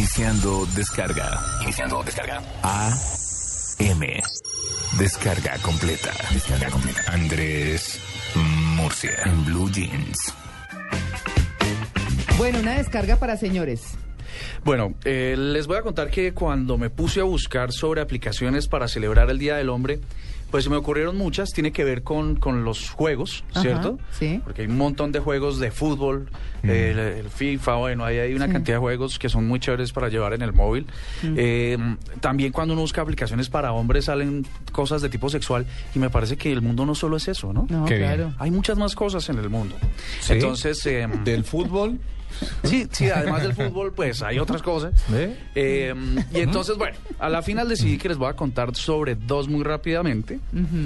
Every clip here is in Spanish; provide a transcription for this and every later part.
Iniciando descarga. AM. Descarga completa. Andrés Murcia en Blue Jeans. Bueno, una descarga para señores. Bueno, les voy a contar que cuando me puse a buscar sobre aplicaciones para celebrar el Día del Hombre, pues me ocurrieron muchas. Tiene que ver con los juegos, ¿cierto? Ajá, sí. Porque hay un montón de juegos de fútbol, el FIFA, bueno, hay una cantidad de juegos que son muy chéveres para llevar en el móvil. También cuando uno busca aplicaciones para hombres salen cosas de tipo sexual y me parece que el mundo no solo es eso, ¿no? No, Qué claro. bien. Hay muchas más cosas en el mundo. ¿Sí? Entonces, ¿Del fútbol? sí, además del fútbol, pues hay otras cosas. Y entonces, bueno, a la final decidí que les voy a contar sobre dos muy rápidamente.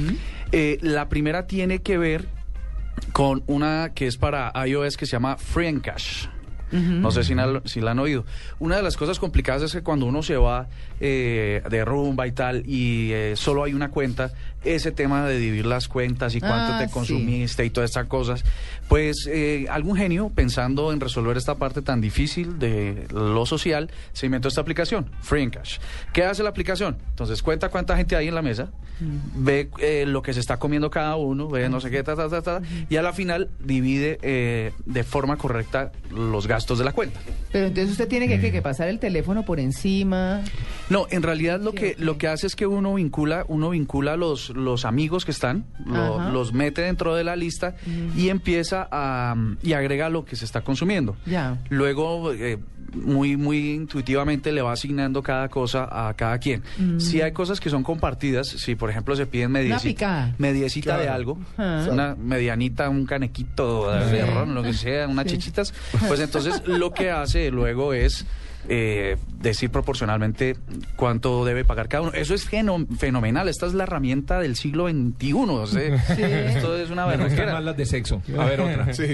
La primera tiene que ver con una que es para iOS que se llama Friendcash. No sé si la han oído. Una de las cosas complicadas es que cuando uno se va de rumba y tal y solo hay una cuenta, ese tema de dividir las cuentas y cuánto te consumiste y todas estas cosas, pues algún genio pensando en resolver esta parte tan difícil de lo social se inventó esta aplicación, Friendcash. ¿Qué hace la aplicación? Entonces cuenta cuánta gente hay en la mesa, ve lo que se está comiendo cada uno, ve no sé qué, y a la final divide de forma correcta los gastos de la cuenta. Pero entonces usted tiene que pasar el teléfono por encima. No, en realidad lo que hace es que uno vincula los amigos que están, los mete dentro de la lista y empieza y agrega lo que se está consumiendo. Ya. Luego muy intuitivamente le va asignando cada cosa a cada quien. Si hay cosas que son compartidas, si por ejemplo se piden mediecita de algo, una medianita, un canequito de ron, lo que sea, unas chichitas, pues entonces lo que hace luego es decir proporcionalmente cuánto debe pagar cada uno. Eso es fenomenal. Esta es la herramienta del siglo XXI. O sea, esto es una berraquera. Más las de sexo. A ver, otra. Sí.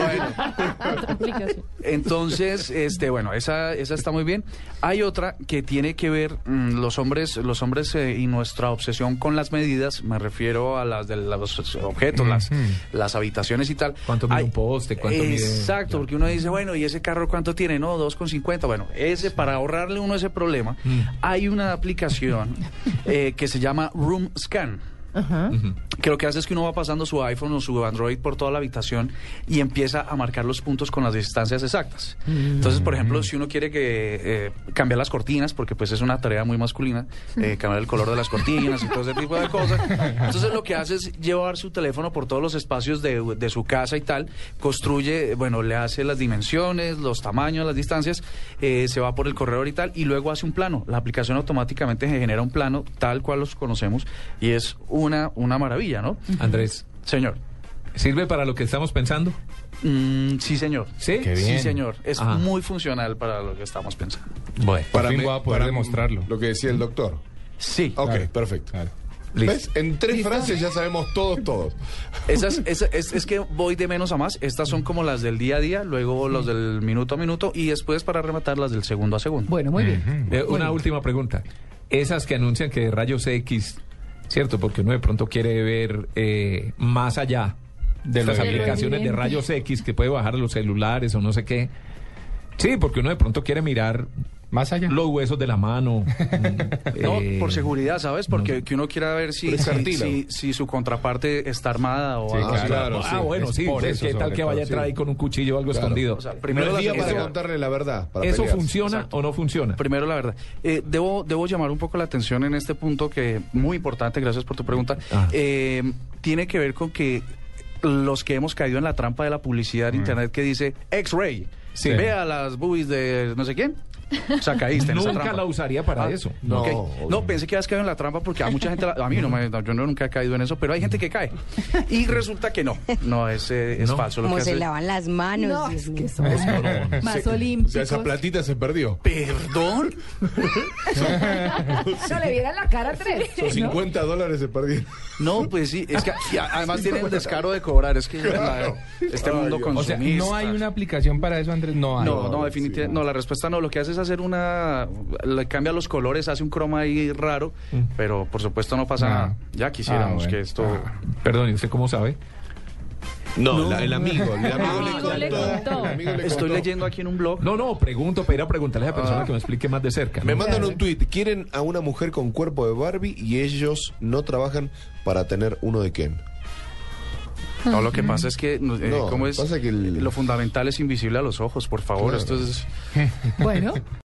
Bueno. Entonces, bueno, esa está muy bien. Hay otra que tiene que ver los hombres y nuestra obsesión con las medidas. Me refiero a las de los objetos, las habitaciones y tal. ¿Cuánto mide un poste? ¿Cuánto mide? Exacto, porque uno dice, bueno, ¿y ese carro cuánto tiene? No, 2,50. Bueno, para ahorrarle uno ese problema, hay una aplicación que se llama Room Scan. Que lo que hace es que uno va pasando su iPhone o su Android por toda la habitación y empieza a marcar los puntos con las distancias exactas. Entonces, por ejemplo, si uno quiere cambiar las cortinas, porque pues es una tarea muy masculina, cambiar el color de las cortinas y todo ese tipo de cosas, entonces lo que hace es llevar su teléfono por todos los espacios de su casa y tal, construye, le hace las dimensiones, los tamaños, las distancias, se va por el corredor y tal, y luego hace un plano. La aplicación automáticamente genera un plano tal cual los conocemos y es una maravilla, ¿no? Andrés. Señor. ¿Sirve para lo que estamos pensando? Sí, señor. ¿Sí? Qué bien. Sí, señor. Es muy funcional para lo que estamos pensando. Bueno, Para mí voy a poder demostrarlo. Lo que decía el doctor. Sí. Ok, Claro. Perfecto. Claro. ¿Ves? En 3 frases ya sabemos todos. Es que voy de menos a más. Estas son como las del día a día, luego los del minuto a minuto y después para rematar las del segundo a segundo. Bueno, muy bien. Una última pregunta. Esas que anuncian que rayos X, ¿cierto? Porque uno de pronto quiere ver más allá de las aplicaciones de rayos X que puede bajar los celulares o no sé qué. Sí, porque uno de pronto quiere mirar más allá los huesos de la mano. No, por seguridad, ¿sabes? Porque que uno quiera ver si su contraparte está armada o algo así. Claro, bueno, sí. Por eso, ¿qué tal que vaya a traer ahí con un cuchillo o algo escondido? O sea, primero No es día para contarle la verdad. Para ¿Eso pelearse. funciona o no funciona? Primero la verdad. Debo llamar un poco la atención en este punto que muy importante, gracias por tu pregunta. Tiene que ver con que los que hemos caído en la trampa de la publicidad de internet que dice X-Ray, vea las boobies de no sé quién. O sea, caíste en esa trampa. Nunca la usaría para eso. No, Okay. No, pensé que habías caído en la trampa porque a mucha gente, a mí yo nunca he caído en eso, pero hay gente que cae. Y resulta que no es falso. Lo Como que se hace... lavan las manos. No, Dios es mío. que son más O sea, olímpicos. esa platita se perdió. ¿Perdón? No le vieran la cara a tres. Son $50 se perdieron. No, pues sí, es que además tienen el descaro de cobrar, es que este mundo Dios. O sea, consumista. ¿no hay una aplicación para eso, Andrés? No hay. No, definitivamente, no, la respuesta no. Lo que hace es hacer le cambia los colores, hace un croma ahí raro, pero por supuesto no pasa nada. Ya quisiéramos que esto... Perdón, ¿y usted cómo sabe? No, el amigo. El amigo le contó. el amigo le Estoy contó. leyendo aquí en un blog. No, pregunto para ir a preguntarle a esa persona que me explique más de cerca. Me ¿no? mandan un tuit. Quieren a una mujer con cuerpo de Barbie y ellos no trabajan para tener uno de Ken. No, lo que pasa es que, ¿cómo es? pasa que Lo fundamental es invisible a los ojos, por favor. Claro. Esto es... Bueno.